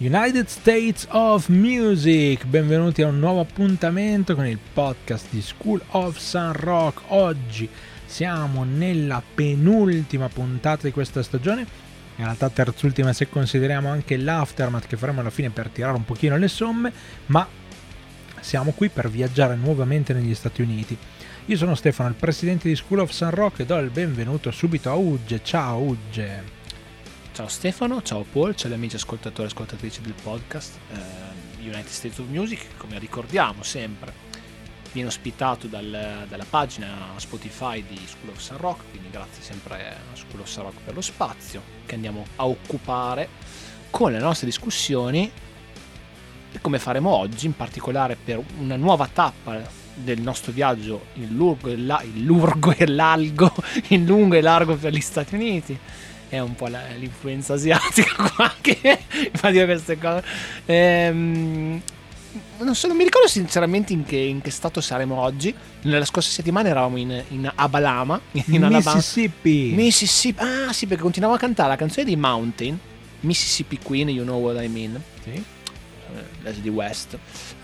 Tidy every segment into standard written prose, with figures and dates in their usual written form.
United States of Music, benvenuti a un nuovo appuntamento con il podcast di School of Sun Rock. Oggi siamo nella penultima puntata di questa stagione, in realtà terzultima se consideriamo anche l'aftermath che faremo alla fine per tirare un pochino le somme, ma siamo qui per viaggiare nuovamente negli Stati Uniti. Io sono Stefano, il presidente di School of Sun Rock, e do il benvenuto subito a Ugge. Ciao Ugge. Ciao Stefano, ciao Paul, ciao gli amici ascoltatori e ascoltatrici del podcast United States of Music. Come ricordiamo sempre viene ospitato dalla pagina Spotify di School of Sun Rock, quindi grazie sempre a School of Sun Rock per lo spazio che andiamo a occupare con le nostre discussioni, e come faremo oggi, in particolare per una nuova tappa del nostro viaggio in lungo e largo per gli Stati Uniti. È un po' l'influenza asiatica qua che fa dire queste cose. Non mi ricordo sinceramente in che stato saremo oggi. Nella scorsa settimana eravamo in Alabama, Mississippi. Ah sì, perché continuavo a cantare la canzone di Mountain, Mississippi Queen, You Know What I Mean. Sì. Leslie West.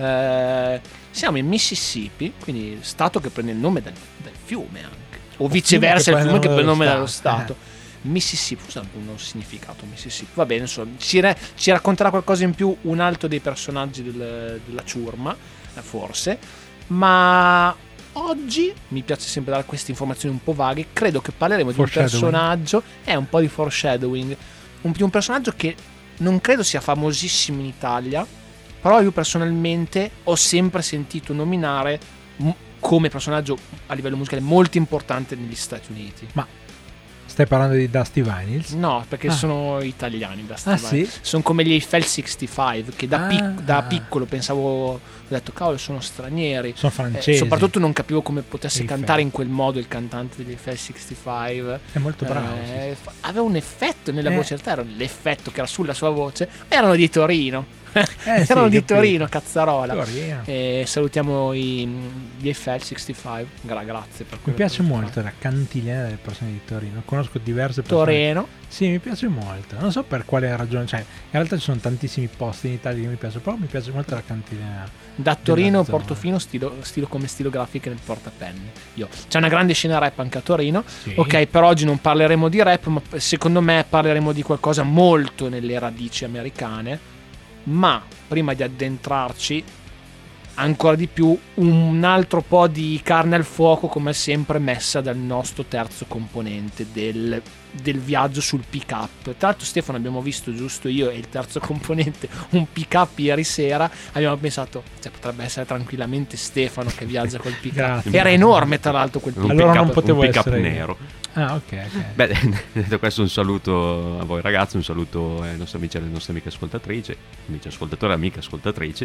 Siamo in Mississippi, quindi stato che prende il nome dal fiume anche, o viceversa, il fiume che prende il nome dallo stato. Mississippi, forse ha un significato Mississippi, va bene, insomma, ci racconterà qualcosa in più un altro dei personaggi della ciurma, forse, ma oggi mi piace sempre dare queste informazioni un po' vaghe. Credo che parleremo di un personaggio, un po' di foreshadowing, un personaggio che non credo sia famosissimo in Italia, però io personalmente ho sempre sentito nominare come personaggio a livello musicale molto importante negli Stati Uniti. Ma stai parlando di Dusty Vinyls? No, perché sono italiani. Dusty Vinyls. Sì? Sono come gli Eiffel 65, che da piccolo pensavo, ho detto cavolo, sono stranieri, sono francesi. Soprattutto non capivo come potesse Eiffel. Cantare in quel modo il cantante degli Eiffel 65. È molto bravo. Aveva un effetto nella voce, in realtà era l'effetto che era sulla sua voce. Erano di Torino. Erano di Torino, cazzarola. Salutiamo gli Eiffel 65. Grazie per mi piace molto la cantilena delle persone di Torino. Conosco diverse persone. Torino. Sì, mi piace molto. Non so per quale ragione, cioè in realtà ci sono tantissimi posti in Italia che mi piacciono, però mi piace molto la cantilena. Da Torino, Portofino, stilo come stilografiche nel portapenne. C'è una grande scena rap anche a Torino. Sì. Ok, per oggi non parleremo di rap, ma secondo me parleremo di qualcosa molto nelle radici americane. Ma prima di addentrarci ancora di più, un altro po' di carne al fuoco, come sempre messa dal nostro terzo componente del viaggio sul pick up. Tra l'altro, Stefano, abbiamo visto, giusto io e il terzo componente, un pick up ieri sera. Abbiamo pensato, potrebbe essere tranquillamente Stefano che viaggia col pick up. Era enorme, tra l'altro, quel pick up. Allora non potevo un pick up essere nero. Ah, ok. Beh, detto questo, un saluto a voi ragazzi, un saluto ai nostri amici e alle nostre amiche ascoltatrici, amici ascoltatori e amiche ascoltatrici.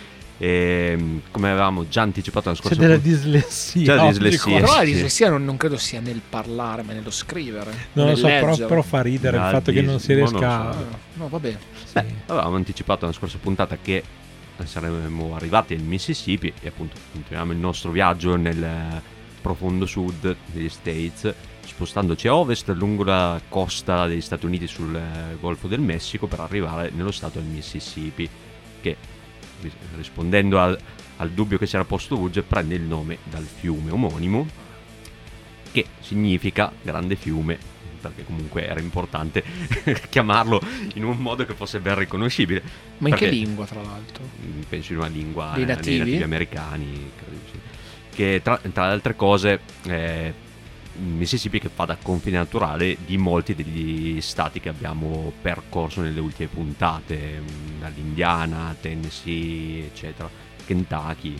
E come avevamo già anticipato la scorsa c'è della dislessia. C'è dislessia. Però la dislessia non credo sia nel parlare, ma nello scrivere. Non lo so, però fa ridere il fatto che non si riesca No, va bene. Sì. Avevamo anticipato nella scorsa puntata che saremmo arrivati al Mississippi e appunto continuiamo il nostro viaggio nel profondo sud degli States, spostandoci a ovest lungo la costa degli Stati Uniti sul Golfo del Messico per arrivare nello stato del Mississippi, che, rispondendo al dubbio che si era posto Ugge, prende il nome dal fiume omonimo, che significa grande fiume, perché comunque era importante chiamarlo in un modo che fosse ben riconoscibile. Ma in che lingua, tra l'altro? Penso in una lingua dei nativi americani, credo, sì. Che tra le altre cose Mississippi che fa da confine naturale di molti degli stati che abbiamo percorso nelle ultime puntate, dall'Indiana, Tennessee, eccetera, Kentucky.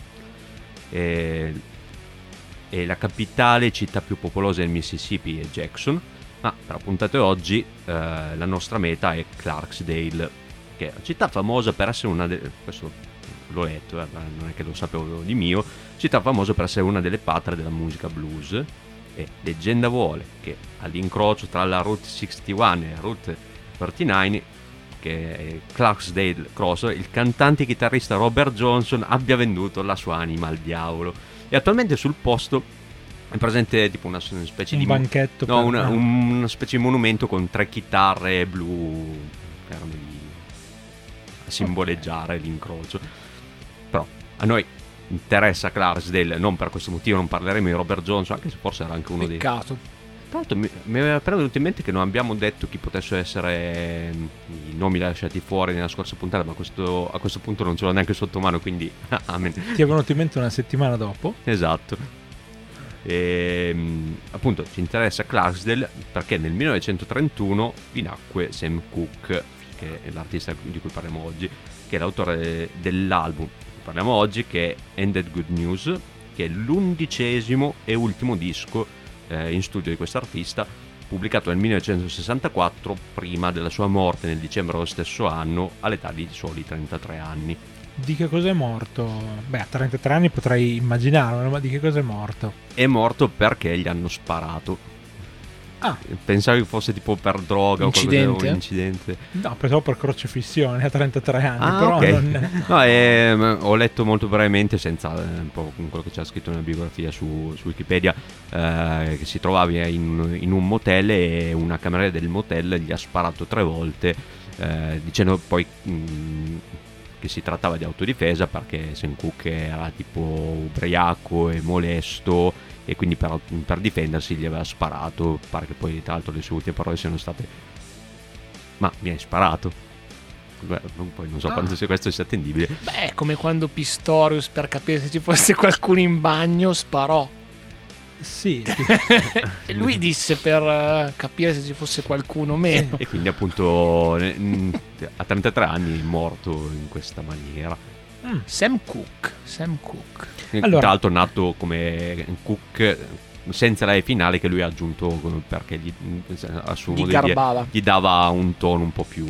E la capitale, città più popolosa del Mississippi è Jackson, ma per la puntata di oggi la nostra meta è Clarksdale, che è una città famosa per essere questo l'ho letto, non è che lo sapevo di mio, città famosa per essere una delle patrie della musica blues. E leggenda vuole che all'incrocio tra la Route 61 e la Route 39, che è Clarksdale Crossroad, il cantante e chitarrista Robert Johnson abbia venduto la sua anima al diavolo, e attualmente sul posto è presente tipo una specie di banchetto, una specie di monumento con 3 chitarre blu, che erano simboleggiare l'incrocio. Però a noi interessa Clarksdale, non per questo motivo non parleremo di Robert Johnson, anche se forse era anche uno Peccato. Tra l'altro mi aveva appena venuto in mente che non abbiamo detto chi potessero essere i nomi lasciati fuori nella scorsa puntata, ma a questo punto non ce l'ho neanche sotto mano, quindi amen. Ti è venuto in mente una settimana dopo? Esatto. Appunto ci interessa Clarksdale perché nel 1931 vi nacque Sam Cooke, che è l'artista di cui parliamo oggi, che è l'autore dell'album di cui parliamo oggi, che è Ended Good News, che è l'11° e ultimo disco in studio di quest'artista, pubblicato nel 1964, prima della sua morte nel dicembre dello stesso anno, all'età di soli 33 anni. Di che cosa è morto? Beh, a 33 anni potrei immaginarlo, ma di che cosa è morto? È morto perché gli hanno sparato. Ah, Pensavo che fosse tipo per droga Incidente? o qualcosa, un incidente. no, pensavo per crocefissione a 33 anni, Ah, però ok. non... No, ho letto molto brevemente, senza un po' quello che c'è scritto nella biografia su Wikipedia, che si trovava in un motel e una cameriera del motel gli ha sparato 3 volte, dicendo poi che si trattava di autodifesa perché Sam Cooke era tipo ubriaco e molesto, e quindi per difendersi gli aveva sparato. Pare che poi tra l'altro le sue ultime parole siano state: ma mi hai sparato? Beh, poi non so quanto sia questo sia attendibile. Beh, è come quando Pistorius, per capire se ci fosse qualcuno in bagno, sparò. Sì, E lui disse per capire se ci fosse qualcuno o meno. E quindi appunto a 33 anni è morto in questa maniera. Sam Cooke. Allora- Tra l'altro nato come Cook senza la E finale, che lui ha aggiunto perché a suo Gli modo di dire, garbava. gli dava un tono un po' più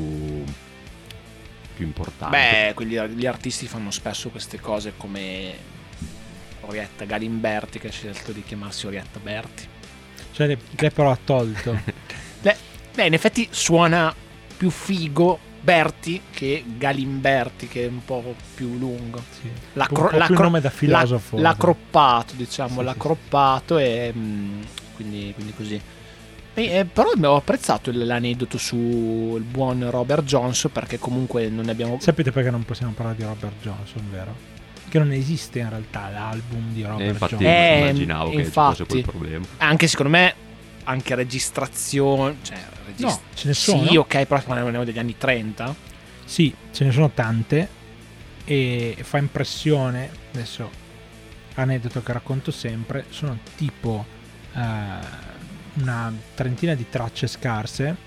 importante. Beh, gli artisti fanno spesso queste cose, come Orietta Galimberti, che ha scelto di chiamarsi Orietta Berti. cioè lei però ha tolto. Beh, in effetti suona più figo Berti che Galimberti, che è un po' più lungo. Sì. Un po' più nome da filosofo. L'ha croppato, diciamo, Sì, l'ha sì. croppato e quindi così. Però ho apprezzato l'aneddoto sul buon Robert Johnson, perché comunque non ne abbiamo... Sapete perché non possiamo parlare di Robert Johnson, vero? Che non esiste in realtà l'album di Robert Infatti Johnson. immaginavo che ci fosse quel problema. Anche secondo me, anche registrazione... Cioè, No, ce ne sono. Sì, ok, però parliamo degli anni 30. Sì, ce ne sono tante e fa impressione. Adesso, aneddoto che racconto sempre, sono tipo una trentina di tracce scarse,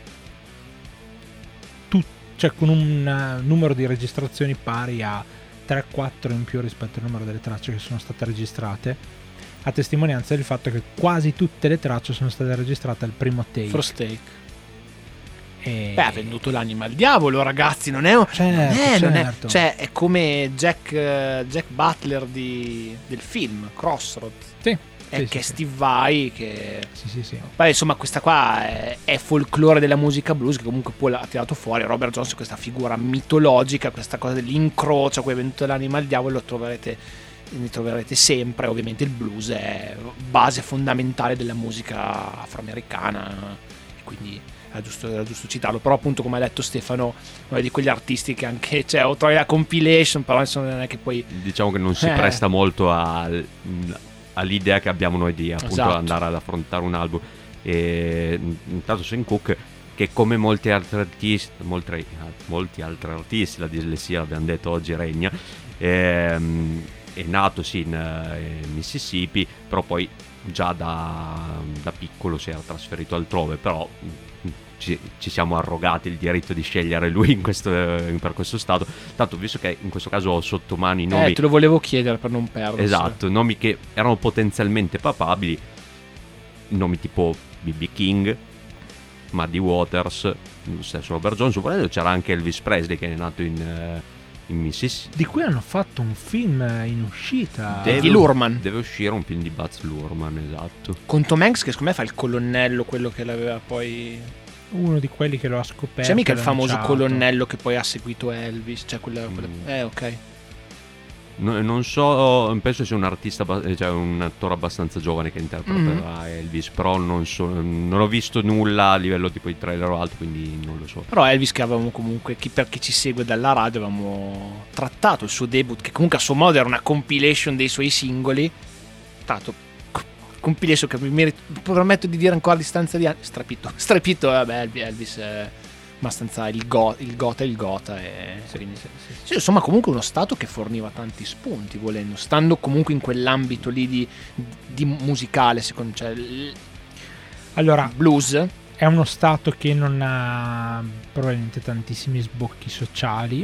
cioè con un numero di registrazioni pari a 3-4 in più rispetto al numero delle tracce che sono state registrate, a testimonianza del fatto che quasi tutte le tracce sono state registrate al primo take. First take. E... Beh, ha venduto l'anima al diavolo, ragazzi. Non è Certo. cioè, è come Jack Butler del film Crossroads. Sì, Che è Steve Vai, che... Sì. Beh, insomma, questa qua è folklore della musica blues, che comunque poi ha tirato fuori Robert Johnson, questa figura mitologica, questa cosa dell'incrocio a cui è venuto l'anima al diavolo. Ne troverete sempre. Ovviamente il blues è base fondamentale della musica afroamericana, e quindi era giusto citarlo. Però appunto, come ha detto Stefano, uno di quegli artisti che anche, cioè, o trovi la compilation, però insomma non è che poi... Diciamo che non si presta molto all'idea che abbiamo noi di appunto Esatto. andare ad affrontare un album. E intanto Sam Cooke, che come molti altri artisti, la dislessia l'abbiamo detto oggi regna, è nato sì in Mississippi, però poi già da piccolo si era trasferito altrove. Però ci siamo arrogati il diritto di scegliere lui per questo stato. Tanto, visto che in questo caso ho sotto mano i nomi, te lo volevo chiedere per non perdersi. esatto, nomi che erano potenzialmente papabili, nomi tipo B.B. King, Muddy Waters, lo stesso Robert Johnson. Volendo c'era anche Elvis Presley, che è nato in Mississippi, di cui hanno fatto un film in uscita. Di Luhrmann. Deve uscire un film di Baz Luhrmann, esatto. Con Tom Hanks, che secondo me fa il colonnello, quello che l'aveva poi... Uno di quelli che lo ha scoperto. C'è mica il e famoso lanciato. colonnello che poi ha seguito Elvis, cioè quella... ok. Non so, penso sia un artista, cioè un attore abbastanza giovane che interpreterà Elvis, però non ho visto nulla a livello tipo di trailer o altro, quindi non lo so. Però Elvis, che avevamo comunque, per chi ci segue dalla radio, avevamo trattato il suo debut, che comunque a suo modo era una compilation dei suoi singoli, tanto compilation che mi permetto di dire ancora a distanza di anni, strepito, vabbè, Elvis è abbastanza il gota e Sì, quindi sì. sì, insomma, comunque uno stato che forniva tanti spunti, volendo, stando comunque in quell'ambito lì di musicale, secondo, cioè Allora, blues. è uno stato che non ha probabilmente tantissimi sbocchi sociali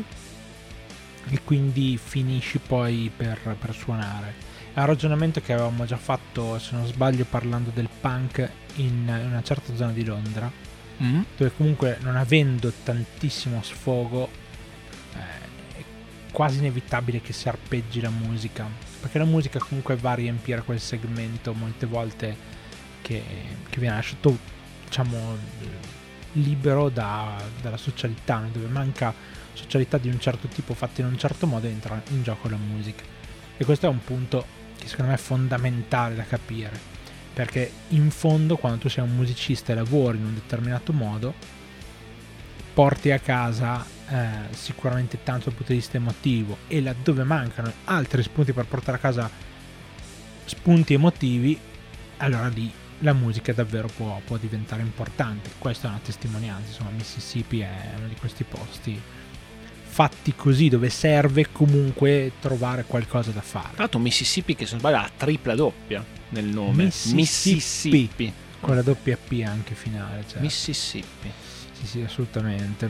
e quindi finisci poi per suonare. È un ragionamento che avevamo già fatto, se non sbaglio, parlando del punk in una certa zona di Londra, dove comunque, non avendo tantissimo sfogo, è quasi inevitabile che si arpeggi la musica, perché la musica comunque va a riempire quel segmento molte volte che viene lasciato, diciamo, libero dalla socialità, dove manca socialità di un certo tipo fatta in un certo modo, entra in gioco la musica. E questo è un punto che secondo me è fondamentale da capire, perché in fondo, quando tu sei un musicista e lavori in un determinato modo, porti a casa sicuramente tanto dal punto di vista emotivo, e laddove mancano altri spunti per portare a casa spunti emotivi, allora lì la musica davvero può diventare importante. Questa è una testimonianza, insomma. Mississippi è uno di questi posti fatti così, dove serve comunque trovare qualcosa da fare. Tra l'altro Mississippi, che se non sbaglio ha la tripla doppia nel nome, Mississippi. Con la doppia P anche finale, cioè. Mississippi. Sì, assolutamente.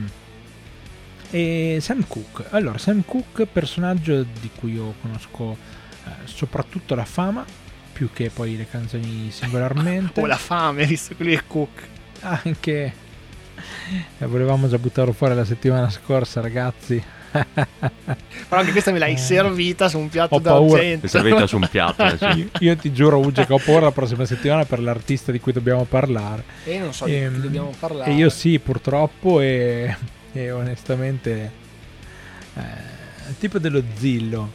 E Sam Cooke. Allora, Sam Cooke, personaggio di cui io conosco soprattutto la fama, più che poi le canzoni singolarmente. O la fame, visto che lui è Cook. Anche volevamo già buttarlo fuori la settimana scorsa, ragazzi. Però anche questa me l'hai servita su un piatto Ho paura. d'argento. È servita su un piatto. Sì. Io ti giuro, Uge, che ho paura la prossima settimana per l'artista di cui dobbiamo parlare. E non so di chi dobbiamo parlare. E io sì, purtroppo, e onestamente tipo dello Zillo.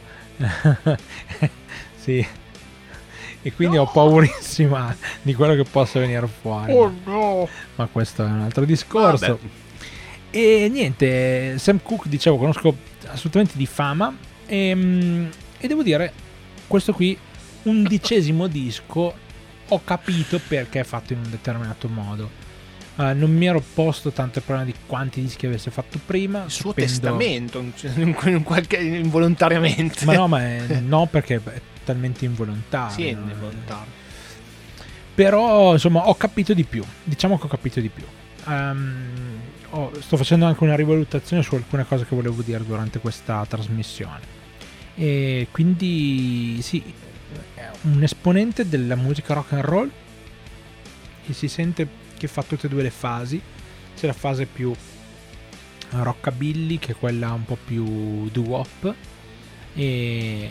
Sì. E quindi ho paurissima di quello che possa venire fuori. Oh no! Ma questo è un altro discorso. Vabbè. E niente, Sam Cooke, dicevo, conosco assolutamente di fama, e devo dire, questo qui, 11° disco, ho capito perché è fatto in un determinato modo. Non mi ero posto tanto il problema di quanti dischi avesse fatto prima. Il suo testamento, involontariamente. Ma no, perché è talmente involontario. Sì, è involontario. Però insomma ho capito di più. Diciamo che ho capito di più. Sto facendo anche una rivalutazione su alcune cose che volevo dire durante questa trasmissione. E quindi sì, è un esponente della musica rock and roll, e si sente che fa tutte e due le fasi. C'è la fase più rockabilly, che è quella un po' più doo-wop, e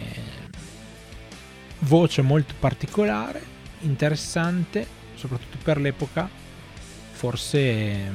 voce molto particolare, interessante, soprattutto per l'epoca. Forse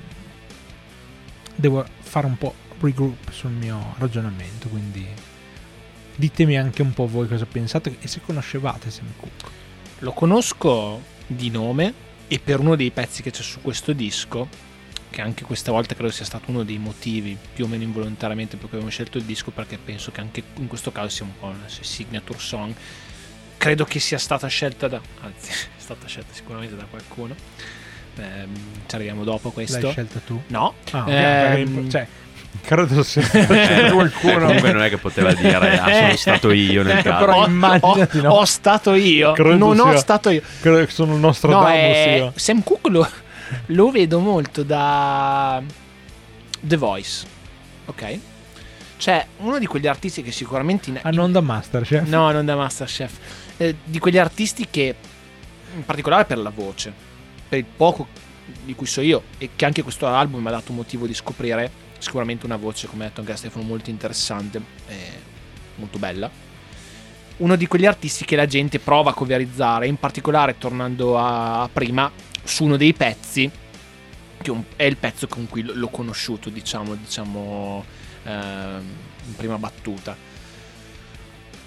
devo fare un po' regroup sul mio ragionamento, quindi ditemi anche un po' voi cosa pensate e se conoscevate Sam Cooke. Lo conosco di nome e per uno dei pezzi che c'è su questo disco, che anche questa volta credo sia stato uno dei motivi più o meno involontariamente per cui abbiamo scelto il disco, perché penso che anche in questo caso sia un po' una signature song. Credo che sia stata scelta anzi è stata scelta sicuramente da qualcuno. Ci arriviamo dopo questo. L'hai scelta tu? No. Cioè, credo sia qualcuno. Comunque non è che poteva dire sono stato io nel caso. Però immaginati, no? Ho stato io. Credo non sia. ho stato io. Credo che sono il nostro Damus. Sam Cooke lo vedo molto da The Voice. Ok? Cioè, uno di quegli artisti che sicuramente non da Masterchef. No, non da Masterchef. Di quegli artisti che, in particolare per la voce, per il poco di cui so io, e che anche questo album mi ha dato motivo di scoprire, sicuramente una voce, come ha detto anche Stefano, molto interessante e molto bella. Uno di quegli artisti che la gente prova a coverizzare, in particolare tornando a prima, su uno dei pezzi che è il pezzo con cui l'ho conosciuto, diciamo in prima battuta.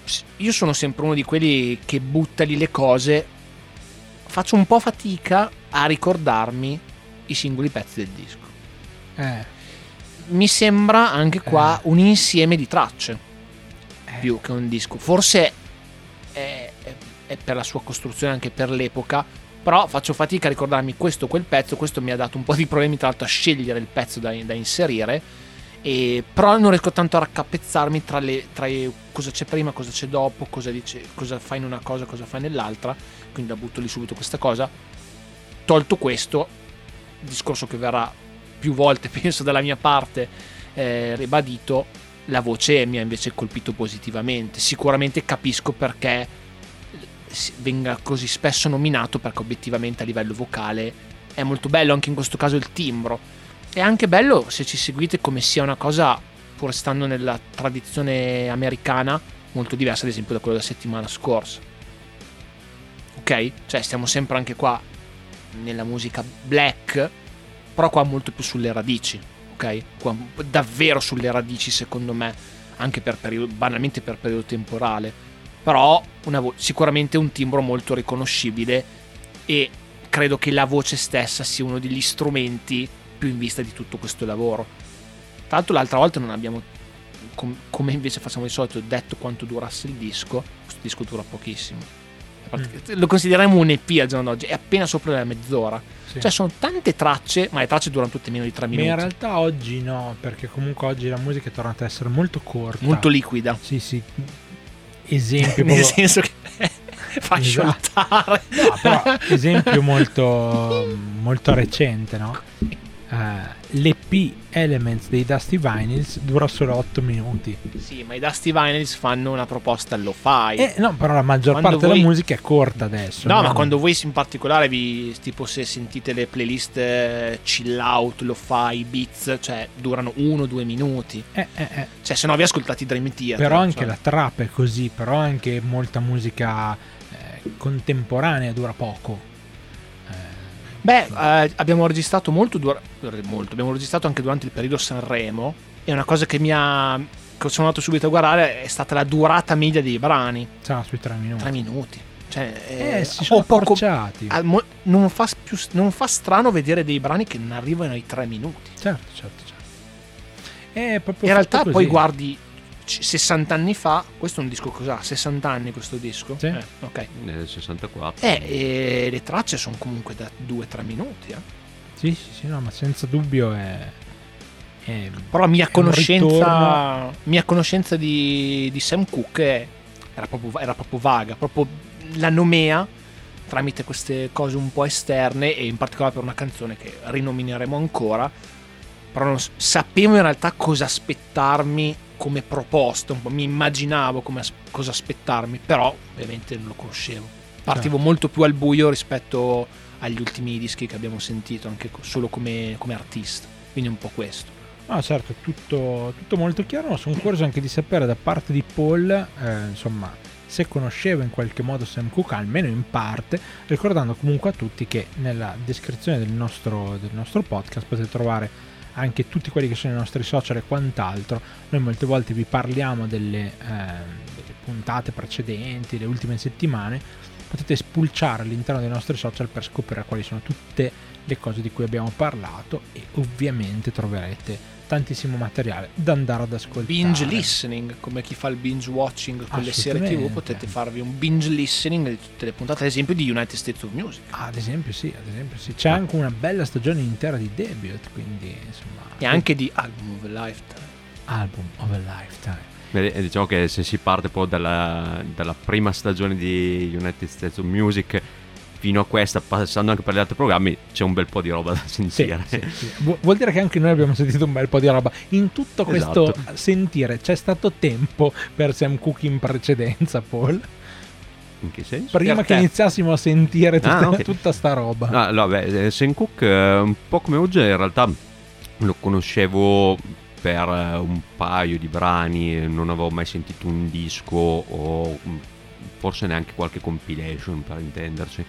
io sono sempre uno di quelli che butta lì le cose, faccio un po' fatica a ricordarmi i singoli pezzi del disco. Mi sembra anche qua un insieme di tracce più che un disco. Forse è per la sua costruzione, anche per l'epoca, però faccio fatica a ricordarmi questo o quel pezzo. Questo mi ha dato un po' di problemi, tra l'altro, a scegliere il pezzo da inserire, però non riesco tanto a raccapezzarmi tra cosa c'è prima, cosa c'è dopo, cosa fa in una cosa, cosa fa nell'altra, quindi la butto lì subito questa cosa. Tolto questo discorso che verrà più volte, penso, dalla mia parte ribadito, la voce mi ha invece colpito positivamente. Sicuramente capisco perché venga così spesso nominato, perché obiettivamente a livello vocale è molto bello. Anche in questo caso il timbro è anche bello, se ci seguite, come sia una cosa, pur stando nella tradizione americana, molto diversa ad esempio da quella della settimana scorsa. Ok? Cioè stiamo sempre anche qua nella musica black, però qua molto più sulle radici, ok? Qua davvero sulle radici, secondo me, anche per periodo, banalmente per periodo temporale, però sicuramente un timbro molto riconoscibile, e credo che la voce stessa sia uno degli strumenti più in vista di tutto questo lavoro. Tra l'altro l'altra volta non abbiamo, come invece facciamo di solito, detto quanto durasse il disco. Questo disco dura pochissimo, lo consideriamo un EP al giorno d'oggi, è appena sopra la mezz'ora. Sì. Cioè sono tante tracce, ma le tracce durano tutte meno di 3 minuti. Ma in realtà oggi no, perché comunque oggi la musica è tornata a essere molto corta, molto liquida. Sì. Esempio nel senso che fa sciottare. No, però esempio molto recente, no? L'EP Elements dei Dusty Vinyls dura solo 8 minuti. Sì, ma i Dusty Vinyls fanno una proposta lo-fi. No, però la maggior parte della musica è corta adesso. No, ma quando voi in particolare tipo se sentite le playlist chill out, lo-fi, beats, cioè durano 1-2 minuti. Cioè se no vi ascoltate i Dream Theater. Però anche la trap è così, però anche molta musica contemporanea dura poco. Abbiamo registrato molto. Abbiamo registrato anche durante il periodo Sanremo, e una cosa che sono andato subito a guardare è stata la durata media dei brani. Sui 3 minuti. 3 minuti. Cioè, si sono accorciati. Non fa strano vedere dei brani che non arrivano ai 3 minuti. Certo. È proprio in realtà così. Poi guardi 60 anni fa, questo è un disco cos'ha? 60 anni questo disco? Sì. Ok. Nel 64. E le tracce sono comunque da 2-3 minuti. Sì, no, ma senza dubbio è però mia conoscenza di Sam Cooke era proprio vaga, proprio la nomea tramite queste cose un po' esterne, e in particolare per una canzone che rinomineremo ancora. Però non sapevo in realtà cosa aspettarmi come proposta, un po' mi immaginavo cosa aspettarmi, però ovviamente non lo conoscevo. Partivo molto più al buio rispetto agli ultimi dischi che abbiamo sentito, anche solo come artista, quindi un po' questo. No, certo, tutto molto chiaro, ma sono curioso anche di sapere da parte di Paul, insomma, se conosceva in qualche modo Sam Cooke, almeno in parte, ricordando comunque a tutti che nella descrizione del nostro podcast potete trovare anche tutti quelli che sono i nostri social e quant'altro. Noi molte volte vi parliamo delle puntate precedenti, le ultime settimane. Potete spulciare all'interno dei nostri social per scoprire quali sono tutte le cose di cui abbiamo parlato, e ovviamente troverete tantissimo materiale da andare ad ascoltare. Binge listening, come chi fa il binge watching con le serie TV, potete farvi un binge listening di tutte le puntate, ad esempio di United States of Music. Ad esempio sì. C'è anche una bella stagione intera di debut, quindi insomma. E anche di Album of a Lifetime. Diciamo che se si parte poi dalla prima stagione di United States of Music fino a questa, passando anche per gli altri programmi, c'è un bel po' di roba da sentire. Sì. Vuol dire che anche noi abbiamo sentito un bel po' di roba. In tutto questo sentire c'è stato tempo per Sam Cooke in precedenza, Paul? In che senso? Prima che iniziassimo a sentire tutta sta roba. Sam Cooke, un po' come oggi, in realtà lo conoscevo per un paio di brani, non avevo mai sentito un disco o forse neanche qualche compilation, per intenderci.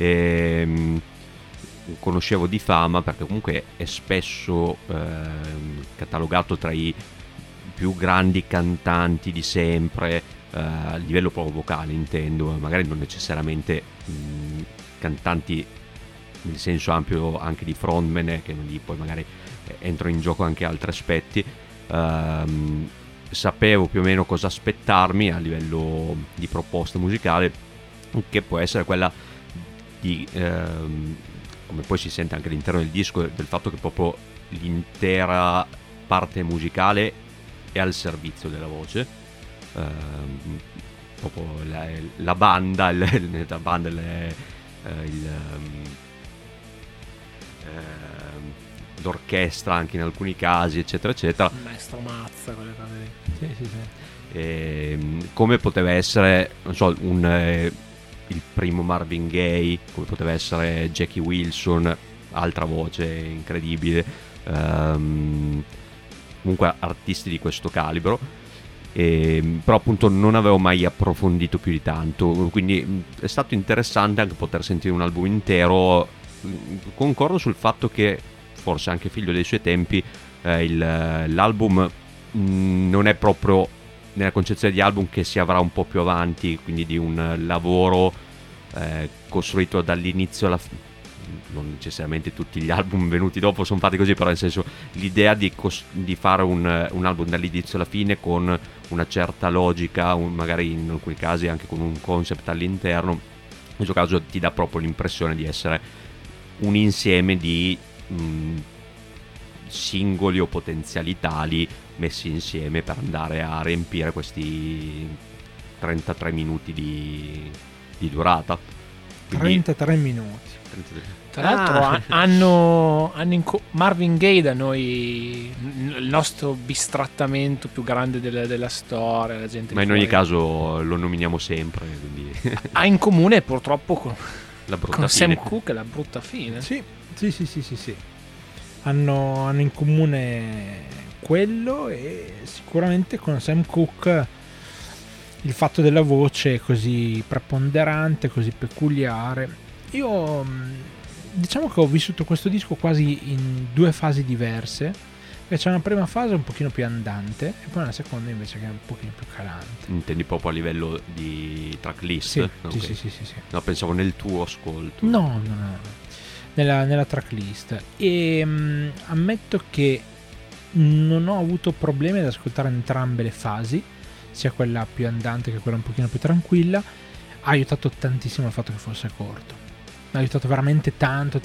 Conoscevo di fama perché comunque è spesso catalogato tra i più grandi cantanti di sempre, a livello proprio vocale intendo, magari non necessariamente cantanti nel senso ampio anche di frontman, che lì poi magari entrano in gioco anche altri aspetti. Sapevo più o meno cosa aspettarmi a livello di proposta musicale, che può essere quella di come poi si sente anche all'interno del disco, del fatto che proprio l'intera parte musicale è al servizio della voce, proprio la banda, l'orchestra anche in alcuni casi, eccetera eccetera. Il maestro Mazza, quelle cose lì. Sì. Come poteva essere, non so, il primo Marvin Gaye, come poteva essere Jackie Wilson, altra voce incredibile, comunque artisti di questo calibro, però appunto non avevo mai approfondito più di tanto, quindi è stato interessante anche poter sentire un album intero. Concordo sul fatto che, forse anche figlio dei suoi tempi, l'album non è proprio nella concezione di album che si avrà un po' più avanti, quindi di un lavoro costruito dall'inizio alla fine. Non necessariamente tutti gli album venuti dopo sono fatti così, però nel senso l'idea di fare un album dall'inizio alla fine con una certa logica, magari in alcuni casi anche con un concept all'interno, in questo caso ti dà proprio l'impressione di essere un insieme di singoli o potenziali tali messi insieme per andare a riempire questi 33 minuti di durata. Quindi, 33 minuti. Tra l'altro hanno Marvin Gaye da noi il nostro bistrattamento più grande della storia, la gente, ma in ogni caso lo nominiamo sempre, quindi ha in comune purtroppo con fine. Sam Cooke la brutta fine. Sì. Hanno in comune quello, e sicuramente con Sam Cooke il fatto della voce così preponderante, così peculiare. Io diciamo che ho vissuto questo disco quasi in due fasi diverse, perché c'è una prima fase un pochino più andante e poi una seconda invece che è un pochino più calante. Intendi proprio a livello di tracklist? Sì, Okay. sì. No, pensavo nel tuo ascolto. No. Nella tracklist. E ammetto che non ho avuto problemi ad ascoltare entrambe le fasi, sia quella più andante che quella un pochino più tranquilla. Ha aiutato tantissimo il fatto che fosse corto, ha aiutato veramente tanto,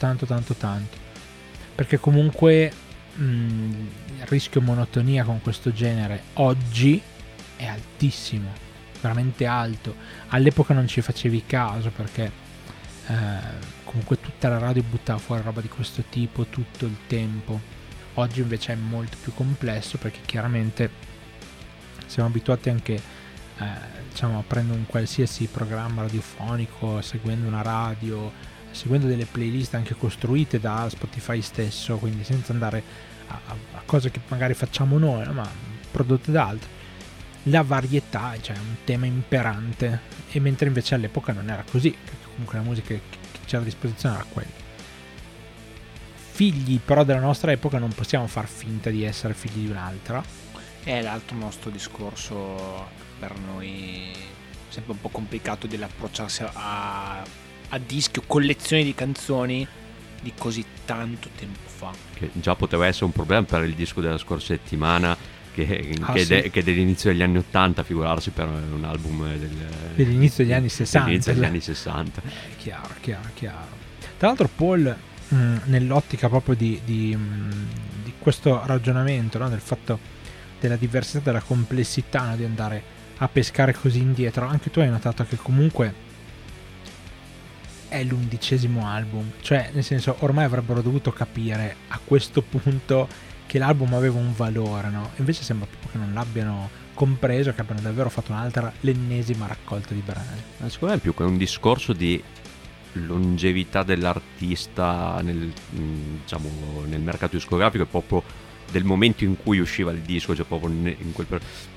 perché comunque il rischio monotonia con questo genere oggi è altissimo, veramente alto. All'epoca non ci facevi caso, perché comunque tutta la radio buttava fuori roba di questo tipo tutto il tempo. Oggi invece è molto più complesso, perché chiaramente siamo abituati anche diciamo a prendere un qualsiasi programma radiofonico, seguendo una radio, seguendo delle playlist anche costruite da Spotify stesso, quindi senza andare a cose che magari facciamo noi, ma prodotte da altri. La varietà, cioè, è un tema imperante, e mentre invece all'epoca non era così, perché comunque la musica che c'era a disposizione era quella. Figli però della nostra epoca non possiamo far finta di essere figli di un'altra. È l'altro nostro discorso, per noi sempre un po' complicato dell'approcciarsi a dischi o collezioni di canzoni di così tanto tempo fa, che già poteva essere un problema per il disco della scorsa settimana, che è dell'inizio degli anni 80, figurarsi per un album dell'inizio degli anni 60. Dell'inizio degli anni 60. Chiaro. Tra l'altro Paul, nell'ottica proprio di questo ragionamento, no? Del fatto della diversità, della complessità, no? Di andare a pescare così indietro, anche tu hai notato che comunque è l'11° album, cioè nel senso ormai avrebbero dovuto capire a questo punto che l'album aveva un valore, no? Invece sembra proprio che non l'abbiano compreso, che abbiano davvero fatto l'ennesima raccolta di brani. Secondo me è più che un discorso di longevità dell'artista nel mercato discografico, è proprio del momento in cui usciva il disco, cioè proprio in quel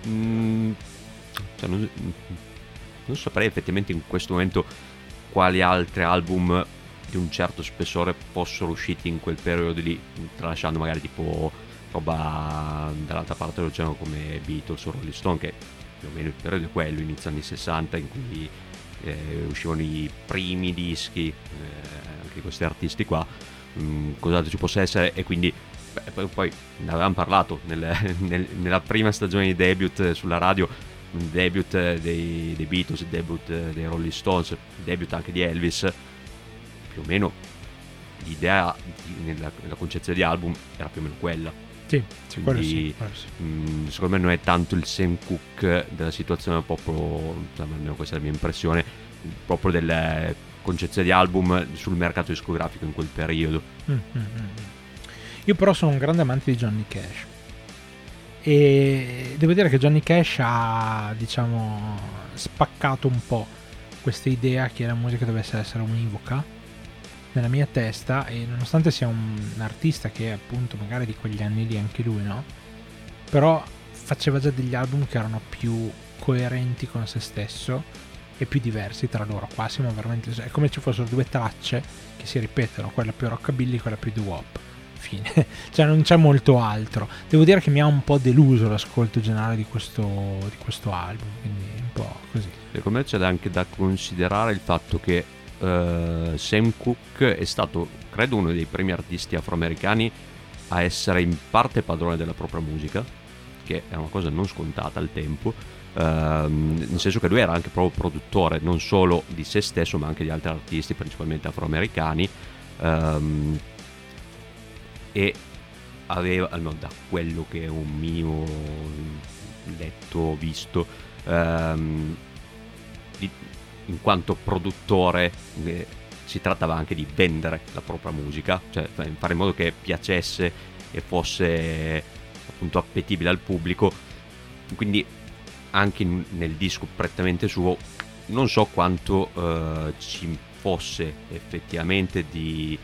cioè non saprei effettivamente in questo momento quali altri album di un certo spessore fossero usciti in quel periodo lì, tralasciando magari tipo roba dall'altra parte dell'oceano come Beatles o Rolling Stone, che più o meno il periodo è quello, inizio anni 60, in cui uscivano i primi dischi, anche questi artisti qua, cos'altro ci possa essere, e quindi poi ne avevamo parlato nella prima stagione di debut sulla radio, debut dei Beatles, debut dei Rolling Stones, debut anche di Elvis, più o meno l'idea nella concezione di album era più o meno quella. Sì, quindi quello sì. Secondo me non è tanto il Sam Cooke della situazione, proprio, almeno questa è la mia impressione, proprio della concezione di album sul mercato discografico in quel periodo. Io però sono un grande amante di Johnny Cash, e devo dire che Johnny Cash ha, diciamo, spaccato un po' questa idea che la musica dovesse essere univoca nella mia testa, e nonostante sia un artista che è appunto magari di quegli anni lì anche lui, no? Però faceva già degli album che erano più coerenti con se stesso e più diversi tra loro. Qua siamo veramente, è come ci fossero due tracce che si ripetono, quella più rockabilly, quella più doo-wop, fine. Cioè non c'è molto altro. Devo dire che mi ha un po' deluso l'ascolto generale di questo album, quindi un po' così. Secondo me c'è anche da considerare il fatto che Sam Cooke è stato, credo, uno dei primi artisti afroamericani a essere in parte padrone della propria musica, che è una cosa non scontata al tempo, nel senso che lui era anche proprio produttore non solo di se stesso ma anche di altri artisti, principalmente afroamericani, e aveva, almeno da quello che è un minimo letto, visto, in quanto produttore, si trattava anche di vendere la propria musica, cioè fare in modo che piacesse e fosse appunto appetibile al pubblico. Quindi anche nel disco prettamente suo non so quanto ci fosse effettivamente di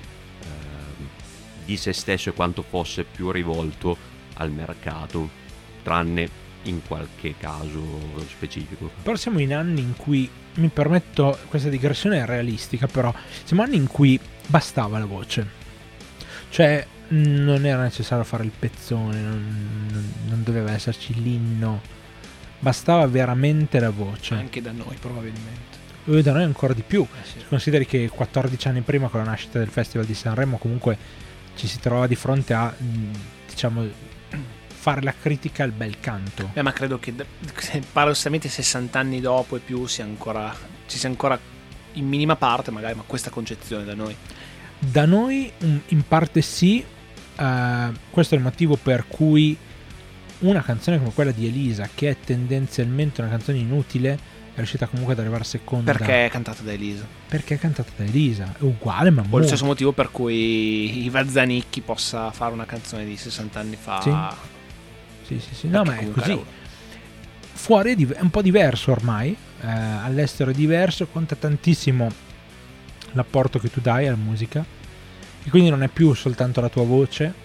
se stesso e quanto fosse più rivolto al mercato, tranne in qualche caso specifico. Però siamo in anni in cui, mi permetto, questa digressione è realistica, però siamo anni in cui bastava la voce, cioè non era necessario fare il pezzone, non doveva esserci l'inno, bastava veramente la voce. Anche da noi probabilmente. E da noi ancora di più. Sì. Consideri che 14 anni prima, con la nascita del Festival di Sanremo, comunque ci si trovava di fronte a, diciamo, fare la critica al bel canto. Ma credo che paradossalmente 60 anni dopo e più ci sia ancora in minima parte magari, ma questa concezione da noi. Da noi in parte sì, questo è il motivo per cui una canzone come quella di Elisa, che è tendenzialmente una canzone inutile, è riuscita comunque ad arrivare seconda. Perché è cantata da Elisa. Perché è cantata da Elisa, è uguale ma O molto. lo stesso motivo per cui Iva Zanicchi possa fare una canzone di 60 anni fa. Sì. No, ma è così. Fuori è un po' diverso ormai, all'estero è diverso, conta tantissimo l'apporto che tu dai alla musica, e quindi non è più soltanto la tua voce,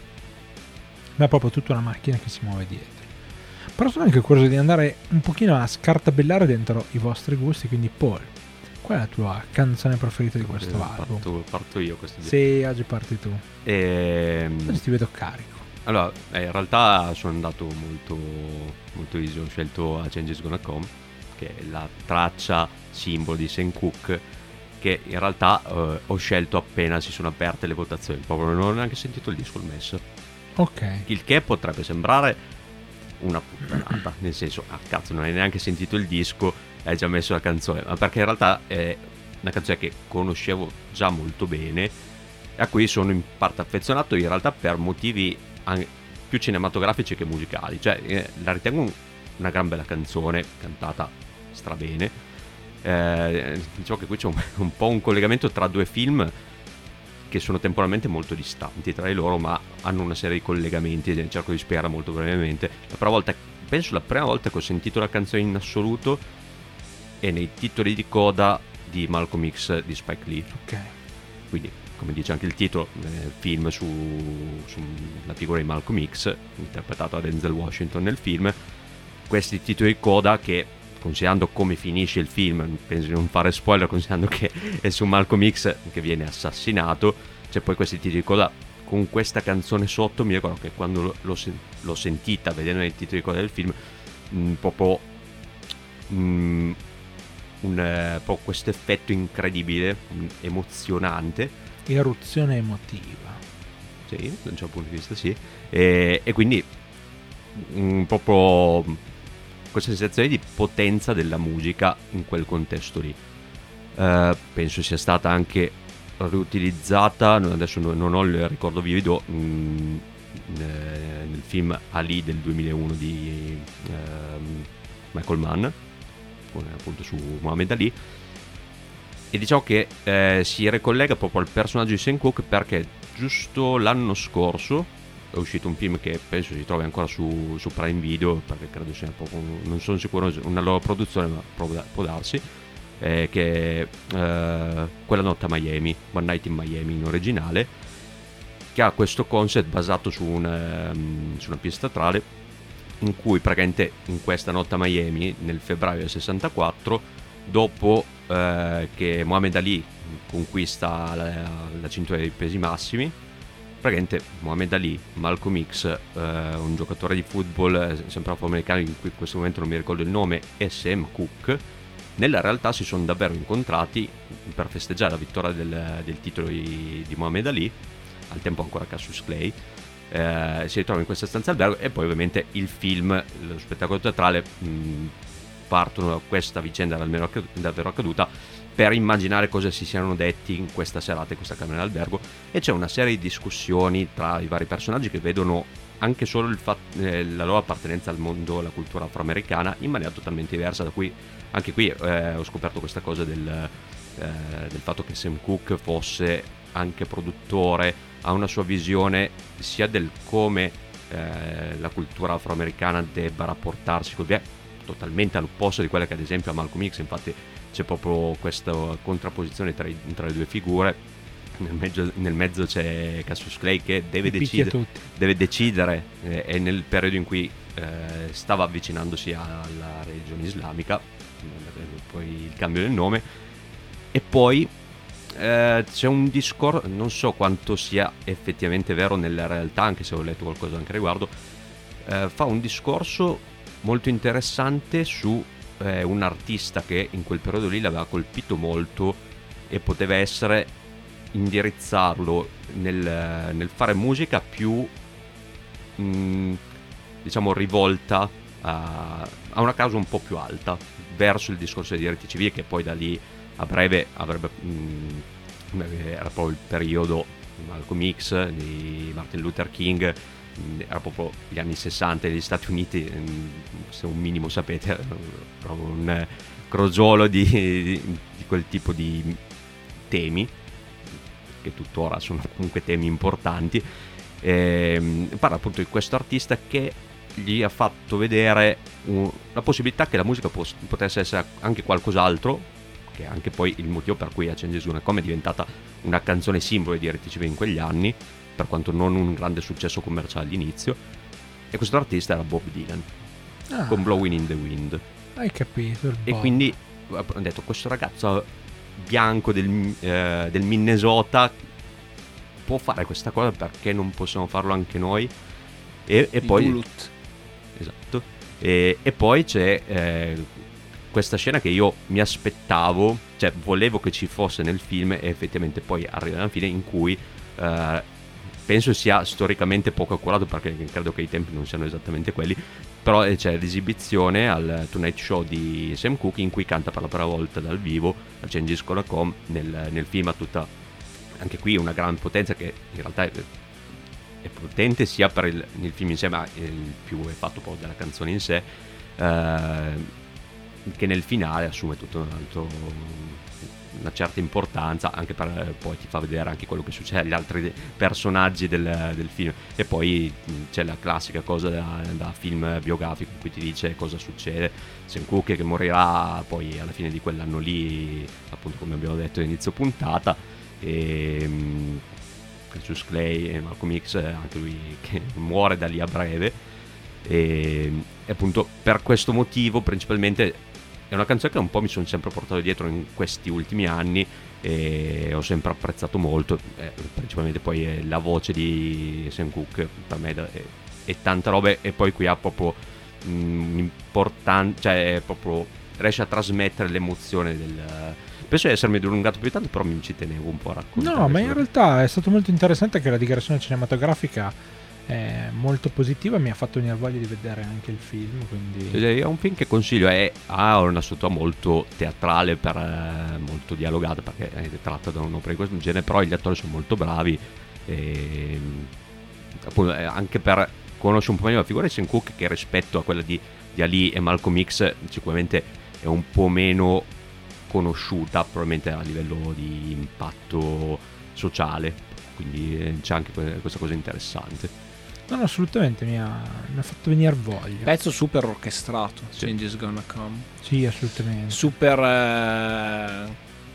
ma è proprio tutta una macchina che si muove dietro. Però sono anche curioso di andare un pochino a scartabellare dentro i vostri gusti, quindi Paul, qual è la tua canzone preferita di questo album? Parto io questo video. Sì, oggi parti tu. Oggi ti vedo carico. Allora, in realtà sono andato molto, molto easy, ho scelto A Change Is Gonna Come, che è la traccia simbolo di Sam Cooke, che in realtà ho scelto appena si sono aperte le votazioni, proprio non ho neanche sentito il disco, il messo. Ok. Il che potrebbe sembrare una puttanata, nel senso, cazzo, non hai neanche sentito il disco, hai già messo la canzone, ma perché in realtà è una canzone che conoscevo già molto bene e a cui sono in parte affezionato, in realtà per motivi più cinematografici che musicali. Cioè la ritengo una gran bella canzone, cantata strabene. Diciamo che qui c'è un po' un collegamento tra due film che sono temporalmente molto distanti tra di loro, ma hanno una serie di collegamenti, e cerco di spiegare molto brevemente. Penso la prima volta che ho sentito la canzone in assoluto è nei titoli di coda di Malcolm X di Spike Lee. Ok. Quindi, come dice anche il titolo, film sulla figura di Malcolm X, interpretato da Denzel Washington nel film. Questi titoli di coda che, considerando come finisce il film, penso di non fare spoiler, considerando che è su Malcolm X che viene assassinato, c'è poi questi titoli di coda con questa canzone sotto. Mi ricordo che quando l'ho sentita vedendo i titoli di coda del film, proprio proprio questo effetto incredibile, emozionante. Eruzione emotiva. Sì, da un certo punto di vista sì. E quindi proprio questa sensazione di potenza della musica in quel contesto lì. Penso sia stata anche riutilizzata, adesso non ho il ricordo vivido, nel film Ali del 2001 di Michael Mann, appunto su Muhammad Ali, e diciamo che si ricollega proprio al personaggio di Sam Cooke, perché giusto l'anno scorso è uscito un film che penso si trovi ancora su Prime Video, perché credo sia proprio, non sono sicuro, una loro produzione, ma può darsi, che è Quella notte a Miami, One Night in Miami in originale, che ha questo concept basato su una pista teatrale, in cui praticamente in questa notte a Miami nel febbraio del 64, dopo che Muhammad Ali conquista la cintura dei pesi massimi, praticamente Muhammad Ali, Malcolm X, un giocatore di football sempre afroamericano in cui in questo momento non mi ricordo il nome, e Sam Cooke nella realtà si sono davvero incontrati per festeggiare la vittoria del titolo di Muhammad Ali, al tempo ancora Cassius Clay. Si ritrovano in questa stanza albergo, e poi ovviamente il film, lo spettacolo teatrale, partono da questa vicenda davvero accaduta per immaginare cosa si siano detti in questa serata, in questa camera d'albergo, e c'è una serie di discussioni tra i vari personaggi che vedono anche solo la loro appartenenza al mondo, alla cultura afroamericana in maniera totalmente diversa. Da cui anche qui ho scoperto questa cosa del fatto che Sam Cooke fosse anche produttore, ha una sua visione sia del come la cultura afroamericana debba rapportarsi con totalmente all'opposto di quella che ad esempio a Malcolm X. Infatti c'è proprio questa contrapposizione tra le due figure. Nel mezzo c'è Cassius Clay che deve decidere, è nel periodo in cui stava avvicinandosi alla religione islamica, poi il cambio del nome, e poi c'è un discorso, non so quanto sia effettivamente vero nella realtà, anche se ho letto qualcosa anche a riguardo, fa un discorso molto interessante su un artista che in quel periodo lì l'aveva colpito molto e poteva essere indirizzarlo nel fare musica più diciamo rivolta a una causa un po' più alta, verso il discorso dei diritti civili, che poi da lì a breve avrebbe era proprio il periodo di Malcolm X, di Martin Luther King, era proprio gli anni 60 negli Stati Uniti, se un minimo sapete, proprio un crogiolo di quel tipo di temi, che tuttora sono comunque temi importanti. Parla appunto di questo artista che gli ha fatto vedere la possibilità che la musica potesse essere anche qualcos'altro, che è anche poi il motivo per cui A Change Is Gonna Come è diventata una canzone simbolo di RTCV in quegli anni, per quanto non un grande successo commerciale all'inizio. E questo artista era Bob Dylan, con Blowing in the Wind. Hai capito? E quindi ho detto, questo ragazzo bianco del Minnesota può fare questa cosa, perché non possiamo farlo anche noi? E poi Bulut. Esatto. E poi c'è questa scena che io mi aspettavo, cioè volevo che ci fosse nel film, e effettivamente poi arriva alla fine, in cui penso sia storicamente poco accurato, perché credo che i tempi non siano esattamente quelli, però c'è l'esibizione al Tonight Show di Sam Cooke in cui canta per la prima volta dal vivo A Change Is Gonna Come. Nel film ha tutta, anche qui, una gran potenza, che in realtà è potente sia per il film in sé, ma il più è fatto proprio della canzone in sé, che nel finale assume tutto una certa importanza, anche per poi ti fa vedere anche quello che succede agli altri personaggi del film. E poi c'è la classica cosa da film biografico in cui ti dice cosa succede. Sam Cooke che morirà poi alla fine di quell'anno lì, appunto, come abbiamo detto all'inizio puntata, e Cassius Clay e Malcolm X, anche lui che muore da lì a breve. E appunto per questo motivo principalmente è una canzone che un po' mi sono sempre portato dietro in questi ultimi anni, e ho sempre apprezzato molto, principalmente poi la voce di Sam Cooke per me è tanta roba. E poi qui ha proprio un'importanza, cioè è proprio riesce a trasmettere l'emozione del... Penso di essermi dilungato più tanto, però mi ci tenevo un po' a raccontare. No, ma in realtà è stato molto interessante che la digressione cinematografica è molto positiva, mi ha fatto venire voglia di vedere anche il film, quindi... È un film che consiglio, ha una struttura molto teatrale, molto dialogata, perché è tratta da un'opera di questo genere, però gli attori sono molto bravi, e appunto, anche per conoscere un po' meglio la figura di Sam Cooke, che rispetto a quella di Ali e Malcolm X sicuramente è un po' meno conosciuta, probabilmente a livello di impatto sociale, quindi c'è anche questa cosa interessante. No, assolutamente, mi ha fatto venire voglia. Pezzo super orchestrato, Sì. Change is Gonna Come. Sì, assolutamente. Super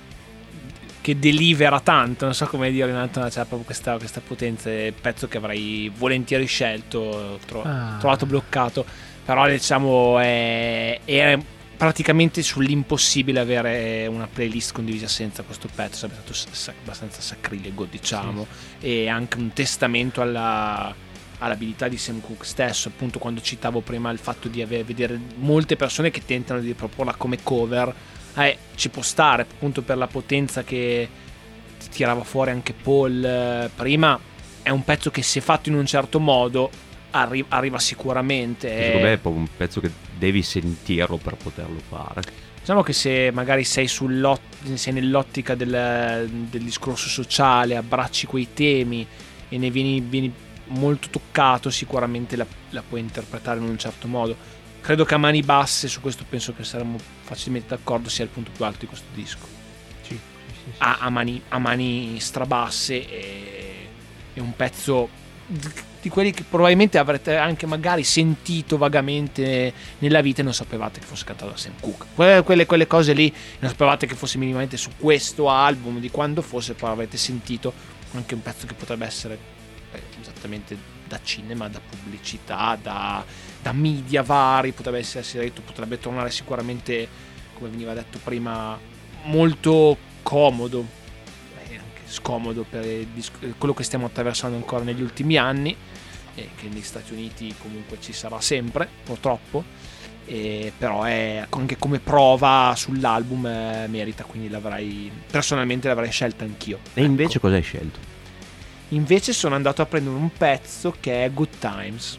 che delivera tanto, non so come dire, c'è proprio questa potenza, è pezzo che avrei volentieri scelto, trovato bloccato, però diciamo è praticamente sull'impossibile avere una playlist condivisa senza questo pezzo, sarebbe stato abbastanza sacrilego, diciamo, sì. E anche un testamento all'abilità di Sam Cooke stesso, appunto, quando citavo prima il fatto di vedere molte persone che tentano di proporla come cover, ci può stare, appunto, per la potenza che tirava fuori anche Paul prima. È un pezzo che, se fatto in un certo modo, arriva sicuramente. Secondo me è proprio un pezzo che devi sentirlo per poterlo fare. Diciamo che se magari sei nell'ottica del discorso sociale, abbracci quei temi e ne vieni molto toccato, sicuramente la puoi interpretare in un certo modo. Credo che a mani basse, su questo penso che saremmo facilmente d'accordo, sia il punto più alto di questo disco. Sì. A mani strabasse, è un pezzo di quelli che probabilmente avrete anche magari sentito vagamente nella vita e non sapevate che fosse cantato da Sam Cooke. Quelle cose lì non sapevate che fosse minimamente su questo album, di quando fosse, poi avrete sentito anche un pezzo che potrebbe essere esattamente da cinema, da pubblicità, da media vari, potrebbe essere detto, potrebbe tornare sicuramente, come veniva detto prima, molto comodo e anche scomodo per quello che stiamo attraversando ancora negli ultimi anni, e che negli Stati Uniti comunque ci sarà sempre, purtroppo, però è anche come prova sull'album, merita, quindi personalmente l'avrei scelta anch'io. E invece cosa hai scelto? Invece sono andato a prendere un pezzo che è Good Times.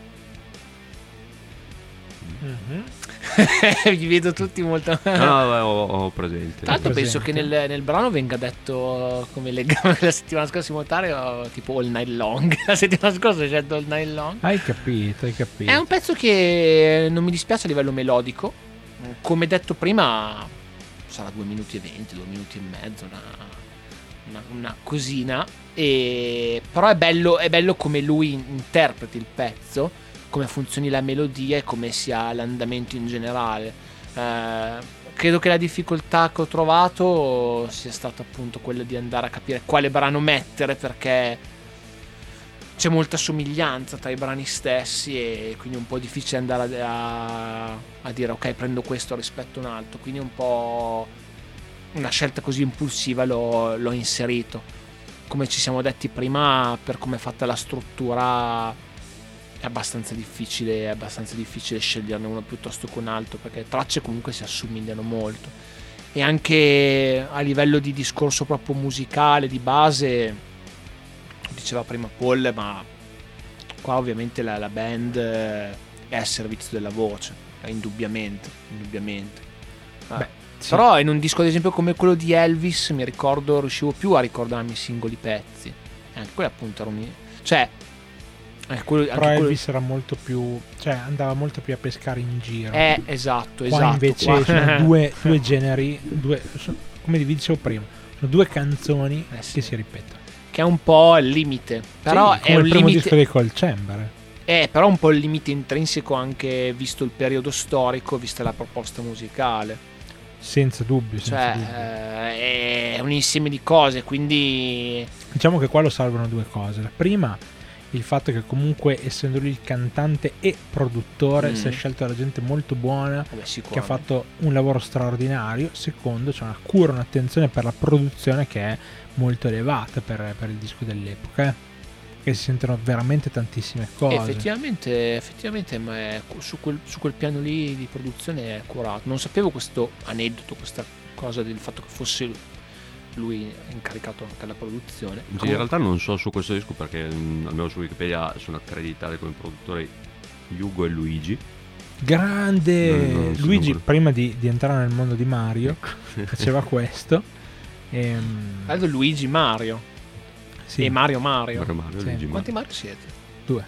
Vi vedo tutti molto... No, ho presente. Tra l'altro penso che nel brano venga detto, come leggavo la settimana scorsa in montare, tipo All Night Long. La settimana scorsa ho scelto All Night Long. Hai capito. È un pezzo che non mi dispiace a livello melodico. Come detto prima, sarà 2 minuti e 20, 2 minuti e mezzo, una cosina, però è bello come lui interpreti il pezzo, come funzioni la melodia e come sia l'andamento in generale. Credo che la difficoltà che ho trovato sia stata appunto quella di andare a capire quale brano mettere, perché c'è molta somiglianza tra i brani stessi e quindi è un po' difficile andare a dire ok, prendo questo rispetto a un altro, quindi un po' una scelta così impulsiva l'ho inserito. Come ci siamo detti prima, per come è fatta la struttura è abbastanza difficile sceglierne uno piuttosto che un altro, perché le tracce comunque si assomigliano molto, e anche a livello di discorso proprio musicale di base, diceva prima Paul, ma qua ovviamente la band è al servizio della voce, indubbiamente. Sì. Però in un disco ad esempio come quello di Elvis, mi ricordo, riuscivo più a ricordarmi i singoli pezzi, anche quello appunto però Elvis era molto più, cioè andava molto più a pescare in giro. Esatto. Qua invece sono due generi, come vi dicevo prima, sono 2 canzoni sì, che si ripetono, che è un po' al limite, però sì, come è un il primo limite, disco dei Cold Chamber. Però un po' il limite intrinseco, anche visto il periodo storico, vista la proposta musicale. Senza dubbio. È un insieme di cose, quindi diciamo che qua lo salvano 2 cose. La prima, il fatto che comunque, essendo lui il cantante e produttore, si è scelto da gente molto buona, che ha fatto un lavoro straordinario. Secondo, c'è una cura, un'attenzione per la produzione che è molto elevata per il disco dell'epoca. perché si sentono veramente tantissime cose. Effettivamente, ma su quel piano lì di produzione è curato. Non sapevo questo aneddoto, questa cosa del fatto che fosse lui incaricato anche della produzione. Sì, in realtà non so su questo disco perché almeno su Wikipedia sono accreditati come produttori Hugo e Luigi. Grande non Luigi, sono... prima di entrare nel mondo di Mario faceva questo. Luigi Mario. Sì. E Mario. Mario Sì. Luigi Quanti Mario siete? 2.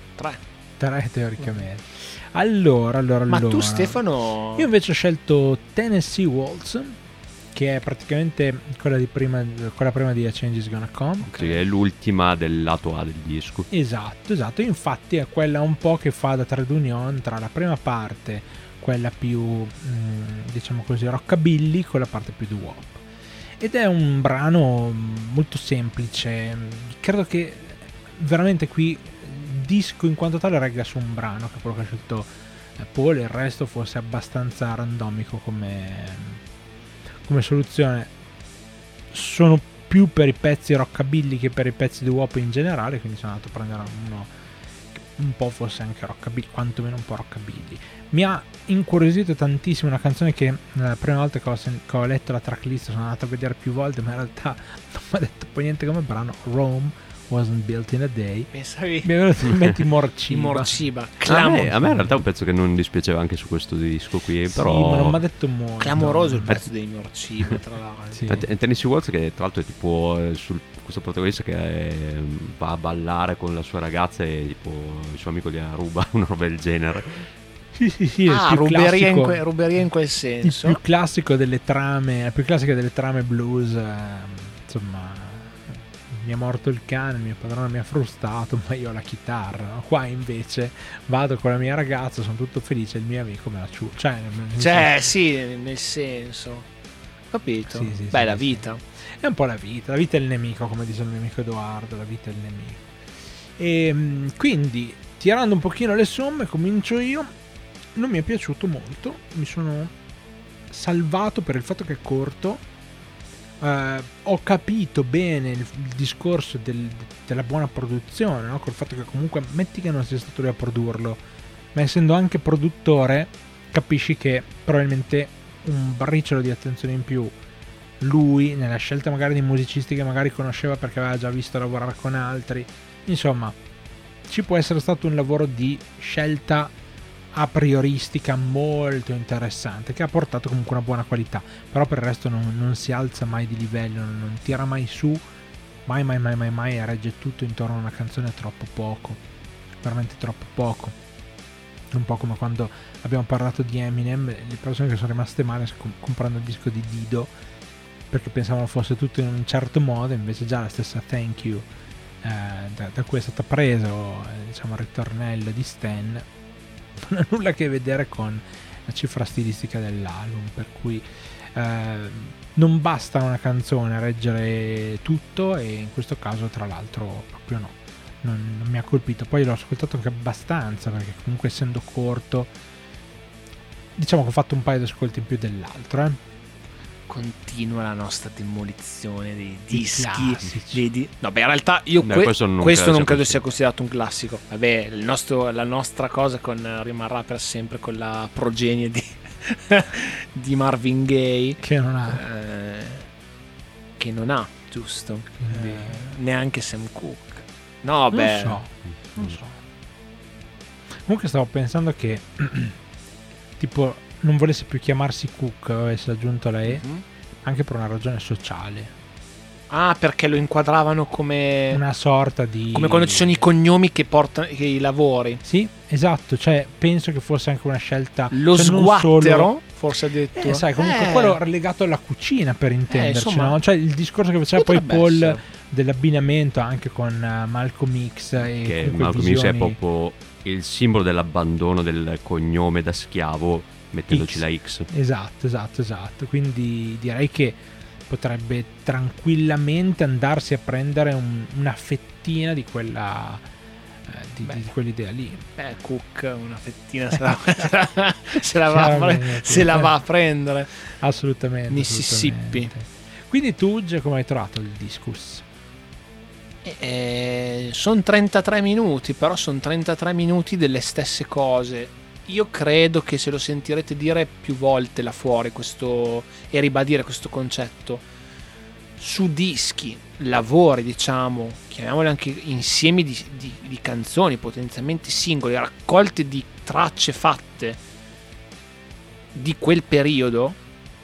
3 teoricamente. Allora. Ma tu, Stefano? Io invece ho scelto Tennessee Waltz, che è praticamente quella prima di A Change Is Gonna Come. Sì, è l'ultima del lato A del disco. Esatto. Infatti è quella un po' che fa da trade union tra la prima parte, quella più diciamo così rockabilly, con la parte più doo-wop. Ed è un brano molto semplice. Credo che veramente qui il disco in quanto tale regga su un brano, che è quello che ha scelto Paul. Il resto fosse abbastanza randomico come soluzione. Sono più per i pezzi rockabilly che per i pezzi di WOP in generale, quindi sono andato a prendere uno che un po' fosse anche rockabilly, quantomeno un po' rockabilly. Mi ha incuriosito tantissimo una canzone che la prima volta che ho letto la tracklist sono andato a vedere più volte, ma in realtà non mi ha detto poi niente come brano. Rome Wasn't Built in a Day. Pensavi? Mi è venuto in mente Morciba. A me in realtà è un pezzo che non dispiaceva anche su questo disco qui, Sì, però ma non mi ha detto molto. Clamoroso il pezzo dei Morciba, tra l'altro. Sì. Tennessee Waltz, che tra l'altro è tipo questo protagonista che va a ballare con la sua ragazza e tipo il suo amico gli ruba una roba del genere. Sì, il più ruberia classico, in quel senso. Il più classico delle trame, la più classica delle trame blues, insomma, mi è morto il cane, il mio padrone mi ha frustato, ma io ho la chitarra, no? Qua invece vado con la mia ragazza, sono tutto felice, il mio amico me la ciuccia. Sì, nel senso, capito? Sì, la vita. È un po' la vita è il nemico, come dice il mio amico Edoardo, la vita è il nemico. E quindi, tirando un pochino le somme, comincio io. Non mi è piaciuto molto, mi sono salvato per il fatto che è corto. Ho capito bene il discorso della buona produzione, no? Col fatto che comunque metti che non sia stato lui a produrlo, ma essendo anche produttore capisci che probabilmente un briciolo di attenzione in più lui nella scelta magari di musicisti che magari conosceva perché aveva già visto lavorare con altri, insomma ci può essere stato un lavoro di scelta a prioristica molto interessante, che ha portato comunque una buona qualità, però per il resto non si alza mai di livello, non tira mai su, mai, e regge tutto intorno a una canzone troppo poco, veramente troppo poco. Un po' come quando abbiamo parlato di Eminem, le persone che sono rimaste male comprando il disco di Dido perché pensavano fosse tutto in un certo modo, invece già la stessa Thank You da cui è stata preso diciamo il ritornello di Stan non ha nulla a che vedere con la cifra stilistica dell'album, per cui non basta una canzone a reggere tutto, e in questo caso tra l'altro proprio no, non mi ha colpito. Poi l'ho ascoltato anche abbastanza perché comunque essendo corto diciamo che ho fatto un paio di ascolti in più dell'altro. Continua la nostra demolizione dei dischi classici. No, beh, in realtà io questo non credo sia considerato un classico. Vabbè, la nostra cosa rimarrà per sempre con la progenie di Marvin Gaye, che non ha, giusto? Neanche Sam Cooke. No, beh, non so. Comunque stavo pensando che tipo non volesse più chiamarsi Cook, avesse aggiunto la E, anche per una ragione sociale. Ah, perché lo inquadravano come una sorta di, come quando ci sono i cognomi che portano i lavori. Sì, esatto, cioè penso che fosse anche una scelta. Lo sguattero, forse addirittura. Sai, comunque quello relegato alla cucina, per intenderci, insomma, no? Cioè il discorso che faceva poi Paul essere dell'abbinamento anche con Malcolm X, che Malcolm X è proprio il simbolo dell'abbandono del cognome da schiavo, mettendoci la X. Esatto. Quindi direi che potrebbe tranquillamente andarsi a prendere una fettina di quella di quell'idea lì. Cook una fettina se la va a prendere. Assolutamente. Mississippi. Quindi tu, come hai trovato il discus? Sono 33 minuti, però sono 33 minuti delle stesse cose. Io credo che se lo sentirete dire più volte là fuori questo, e ribadire questo concetto su dischi, lavori, diciamo, chiamiamoli anche insiemi di canzoni potenzialmente singoli, raccolte di tracce fatte di quel periodo,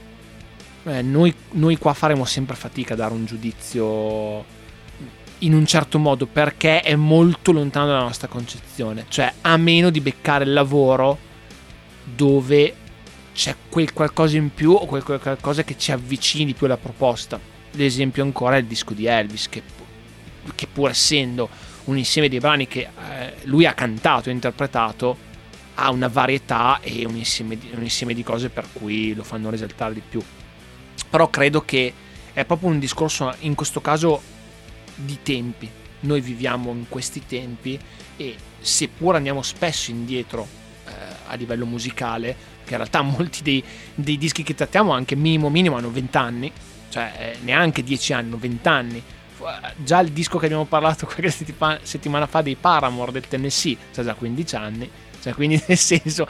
noi qua faremo sempre fatica a dare un giudizio in un certo modo, perché è molto lontano dalla nostra concezione, cioè a meno di beccare il lavoro dove c'è quel qualcosa in più o quel qualcosa che ci avvicini più alla proposta. L'esempio ancora è il disco di Elvis, che pur essendo un insieme di brani che lui ha cantato e interpretato, ha una varietà e un insieme di cose per cui lo fanno risaltare di più. Però credo che è proprio un discorso, in questo caso, di tempi. Noi viviamo in questi tempi e seppur andiamo spesso indietro a livello musicale, che in realtà molti dei dischi che trattiamo anche minimo hanno 20 anni, cioè neanche 10 anni, 20 anni. Già il disco che abbiamo parlato qualche settimana fa dei Paramore del Tennessee c'ha già 15 anni, cioè, quindi nel senso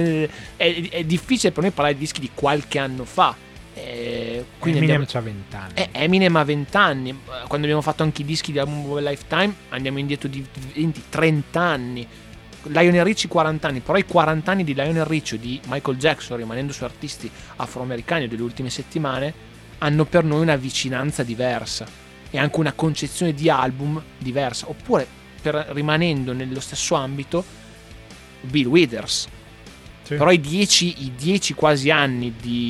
è difficile per noi parlare di dischi di qualche anno fa. Quindi Eminem ha 20 anni. Eminem ha 20 anni. Quando abbiamo fatto anche i dischi di album Lifetime andiamo indietro di 20-30 anni. Lionel Richie 40 anni, però i 40 anni di Lionel Richie o di Michael Jackson, rimanendo su artisti afroamericani delle ultime settimane, hanno per noi una vicinanza diversa e anche una concezione di album diversa. Oppure, rimanendo nello stesso ambito, Bill Withers. Sì. Però i 10 quasi anni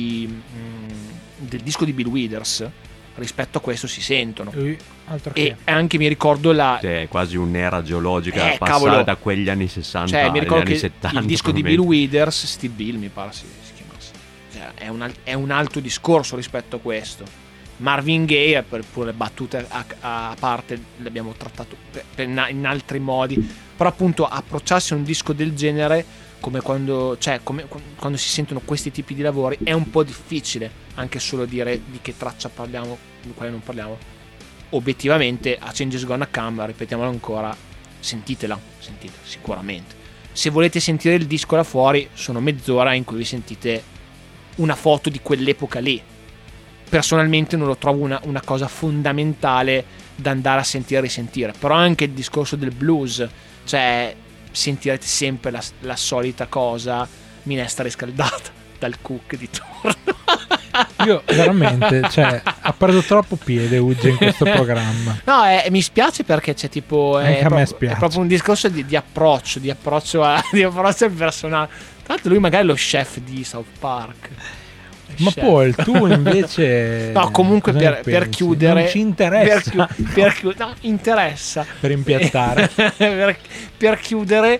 del disco di Bill Withers rispetto a questo si sentono. E anche mi ricordo è quasi un'era geologica passare da quegli anni 60 agli anni 70. Il disco di Bill Withers, Still Bill mi pare si chiamasse, cioè, è un altro discorso rispetto a questo. Marvin Gaye, pure battute a parte, l'abbiamo trattato in altri modi, però appunto approcciarsi a un disco del genere come quando si sentono questi tipi di lavori è un po' difficile anche solo dire di che traccia parliamo, di quale non parliamo. Obiettivamente A Change Is Gonna Come, ripetiamolo ancora, sentite sicuramente. Se volete sentire il disco là fuori, sono mezz'ora in cui vi sentite una foto di quell'epoca lì. Personalmente non lo trovo una cosa fondamentale da andare a sentire e risentire. Però anche il discorso del blues, cioè sentirete sempre la solita cosa, minestra riscaldata dal cook di turno. Io veramente, cioè, ha preso troppo piede Ugge in questo programma. No, mi spiace perché c'è tipo anche a me spiace. È proprio un discorso di approccio al personale. Tra l'altro lui magari è lo chef di South Park. Ma Paul, tu invece no, comunque per chiudere non ci interessa. No, interessa per impiattare. per chiudere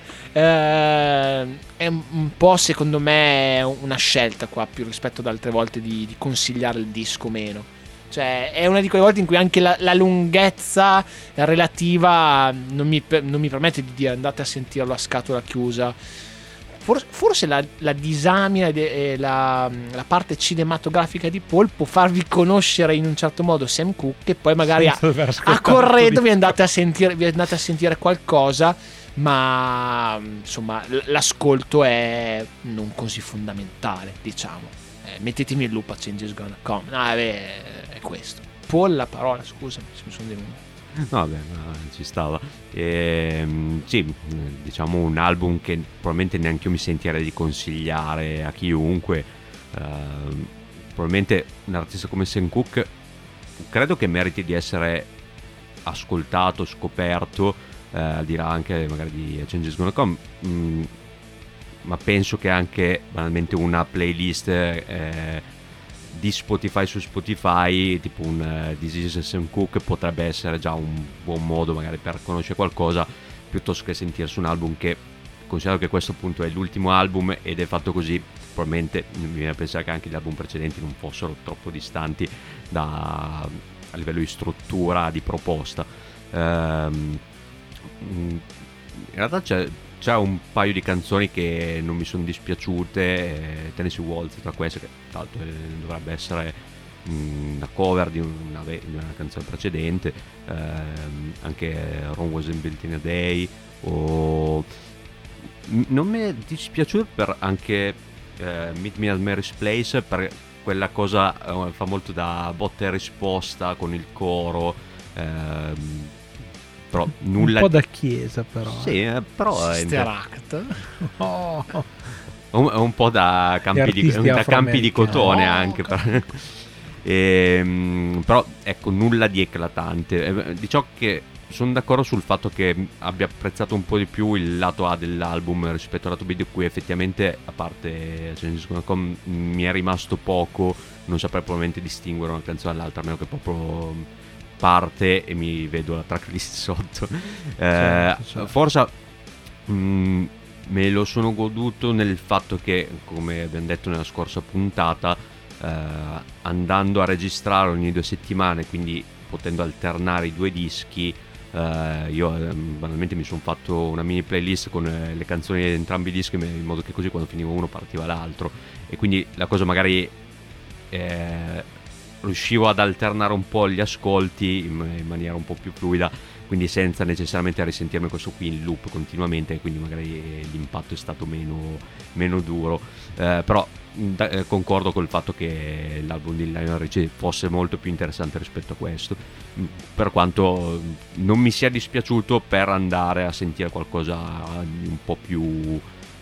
è un po', secondo me, una scelta qua più rispetto ad altre volte di consigliare il disco meno. Cioè è una di quelle volte in cui anche la lunghezza relativa non mi permette di dire andate a sentirlo a scatola chiusa. Forse la disamina e la parte cinematografica di Paul può farvi conoscere in un certo modo Sam Cooke, e poi magari a corredo vi andate a sentire qualcosa, ma insomma l'ascolto è non così fondamentale, diciamo. Mettetemi il loop A Change Is Gonna Come. È questo. Paul, la parola, scusami se mi sono deluso. No, vabbè, ci stava. Sì, diciamo un album che probabilmente neanche io mi sentirei di consigliare a chiunque. Probabilmente un artista come Sam Cooke credo che meriti di essere ascoltato, scoperto, dirà anche magari di A Change Is Gonna Come, ma penso che anche banalmente una playlist di Spotify su Spotify, tipo un This Is Sam Cooke, potrebbe essere già un buon modo magari per conoscere qualcosa, piuttosto che sentirsi un album che, considero che questo appunto è l'ultimo album ed è fatto così, probabilmente mi viene a pensare che anche gli album precedenti non fossero troppo distanti a livello di struttura, di proposta. In realtà c'è un paio di canzoni che non mi sono dispiaciute, Tennessee Waltz tra queste, che tra l'altro dovrebbe essere una cover di una canzone precedente, anche Rome Wasn't Built in a Day, o non mi è dispiaciuto per anche Meet Me at Mary's Place, per quella cosa fa molto da botta e risposta con il coro, però nulla, un po' da chiesa però. Sì, però Sister Act. Oh. un po' da campi di cotone, anche però ecco, nulla di eclatante. Diciamo che sono d'accordo sul fatto che abbia apprezzato un po' di più il lato A dell'album rispetto al lato B, di cui effettivamente, a parte Changes.com, mi è rimasto poco. Non saprei probabilmente distinguere una canzone dall'altra, a meno che proprio parte e mi vedo la tracklist sotto. Certo. Forse me lo sono goduto nel fatto che, come abbiamo detto nella scorsa puntata, andando a registrare ogni 2 settimane, quindi potendo alternare i 2 dischi, io banalmente mi sono fatto una mini playlist con le canzoni di entrambi i dischi, in modo che così quando finiva uno partiva l'altro, e quindi la cosa magari riuscivo ad alternare un po' gli ascolti in maniera un po' più fluida, quindi senza necessariamente risentirmi questo qui in loop continuamente, quindi magari l'impatto è stato meno duro, però concordo col fatto che l'album di Lionel Richie fosse molto più interessante rispetto a questo, per quanto non mi sia dispiaciuto per andare a sentire qualcosa di un po' più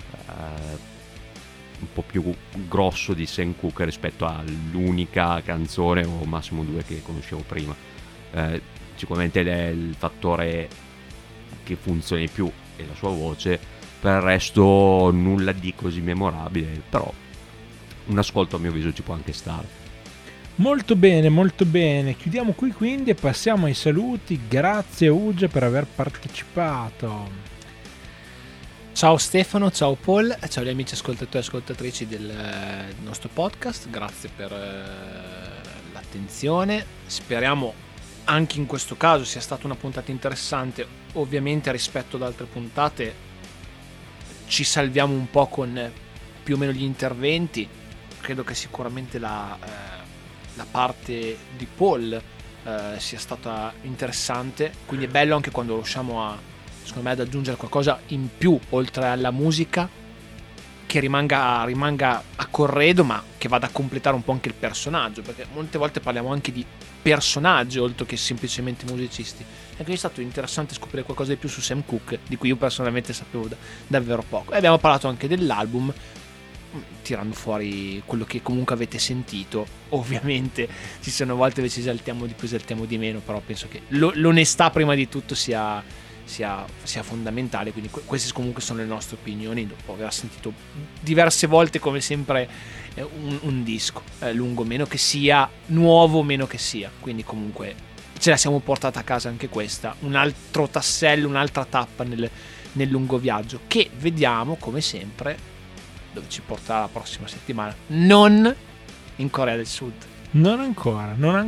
grosso di Sam Cooke rispetto all'unica canzone o massimo 2 che conoscevo prima. Sicuramente il fattore che funziona di più è la sua voce, per il resto nulla di così memorabile, però un ascolto a mio avviso ci può anche stare. Molto bene, chiudiamo qui quindi e passiamo ai saluti. Grazie Uge per aver partecipato. Ciao Stefano, ciao Paul, ciao gli amici ascoltatori e ascoltatrici del nostro podcast, grazie per l'attenzione. Speriamo anche in questo caso sia stata una puntata interessante. Ovviamente rispetto ad altre puntate ci salviamo un po' con più o meno gli interventi. Credo che sicuramente la parte di Paul sia stata interessante, quindi è bello anche quando riusciamo secondo me ad aggiungere qualcosa in più oltre alla musica, che rimanga a corredo, ma che vada a completare un po' anche il personaggio, perché molte volte parliamo anche di personaggi oltre che semplicemente musicisti, e quindi è stato interessante scoprire qualcosa di più su Sam Cooke, di cui io personalmente sapevo davvero poco. E abbiamo parlato anche dell'album, tirando fuori quello che comunque avete sentito. Ovviamente ci sono volte dove ci esaltiamo di più, esaltiamo di meno, però penso che l'onestà prima di tutto sia fondamentale, quindi queste comunque sono le nostre opinioni dopo aver sentito diverse volte, come sempre, un disco, lungo meno che sia, nuovo meno che sia, quindi comunque ce la siamo portata a casa anche questa, un altro tassello, un'altra tappa nel lungo viaggio, che vediamo come sempre dove ci porterà la prossima settimana, non in Corea del Sud, non ancora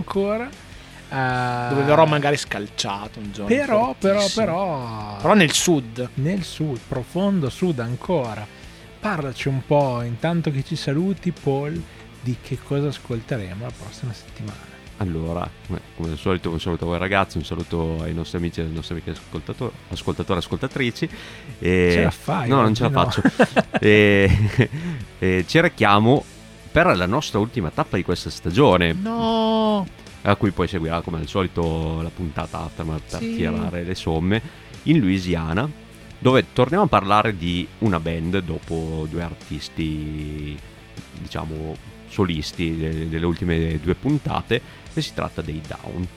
dove verrò magari scalciato un giorno, però nel sud, profondo sud ancora. Parlaci un po', intanto che ci saluti, Paul, di che cosa ascolteremo la prossima settimana. Allora, come al solito, un saluto a voi ragazzi, un saluto ai nostri amici e alle nostre amiche ascoltatori e ascoltatrici. Ce la fai? No, non ce la faccio. Ci rechiamo per la nostra ultima tappa di questa stagione. No! A cui poi seguirà, come al solito, la puntata aftermath per tirare le somme, in Louisiana, dove torniamo a parlare di una band dopo 2 artisti, diciamo, solisti delle ultime 2 puntate, e si tratta dei Down.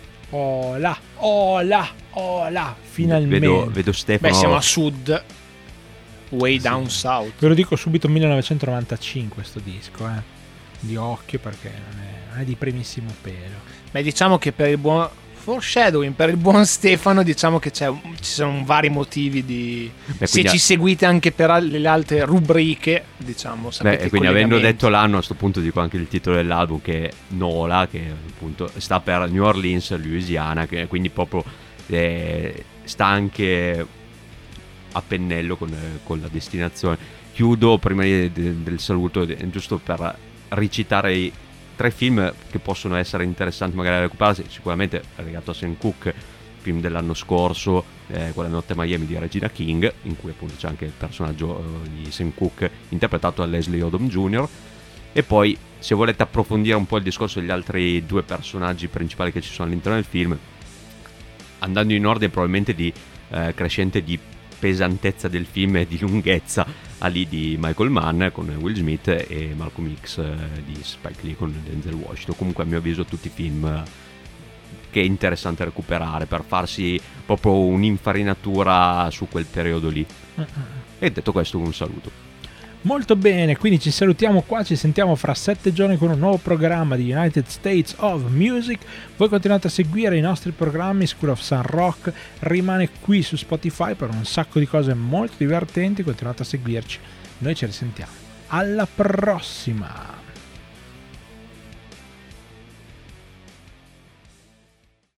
Finalmente. Vedo Stefano. Beh, siamo a sud, way down south. Ve lo dico subito, 1995 sto disco, di occhio, perché non è di primissimo pelo. Beh, diciamo che per il buon foreshadowing, per il buon Stefano, diciamo che ci sono vari motivi di... se ci seguite anche per le altre rubriche, diciamo, sapete. Quindi, avendo detto l'anno, a questo punto dico anche il titolo dell'album, che è NOLA, che appunto sta per New Orleans, Louisiana, che quindi proprio sta anche a pennello con la destinazione. Chiudo prima del saluto, giusto per recitare 3 film che possono essere interessanti magari a recuperarsi, sicuramente legato a Sam Cooke, film dell'anno scorso, Quella notte a Miami di Regina King, in cui appunto c'è anche il personaggio di Sam Cooke interpretato da Leslie Odom Jr. E poi, se volete approfondire un po' il discorso degli altri 2 personaggi principali che ci sono all'interno del film, andando in ordine probabilmente di crescente di pesantezza del film e di lunghezza, Ali di Michael Mann con Will Smith e Malcolm X di Spike Lee con Denzel Washington. Comunque a mio avviso tutti film che è interessante recuperare per farsi proprio un'infarinatura su quel periodo lì. E detto questo, un saluto. Molto bene, quindi ci salutiamo qua, ci sentiamo fra 7 giorni con un nuovo programma di United States of Music. Voi continuate a seguire i nostri programmi, School of Sun Rock rimane qui su Spotify per un sacco di cose molto divertenti, continuate a seguirci, noi ci risentiamo. Alla prossima!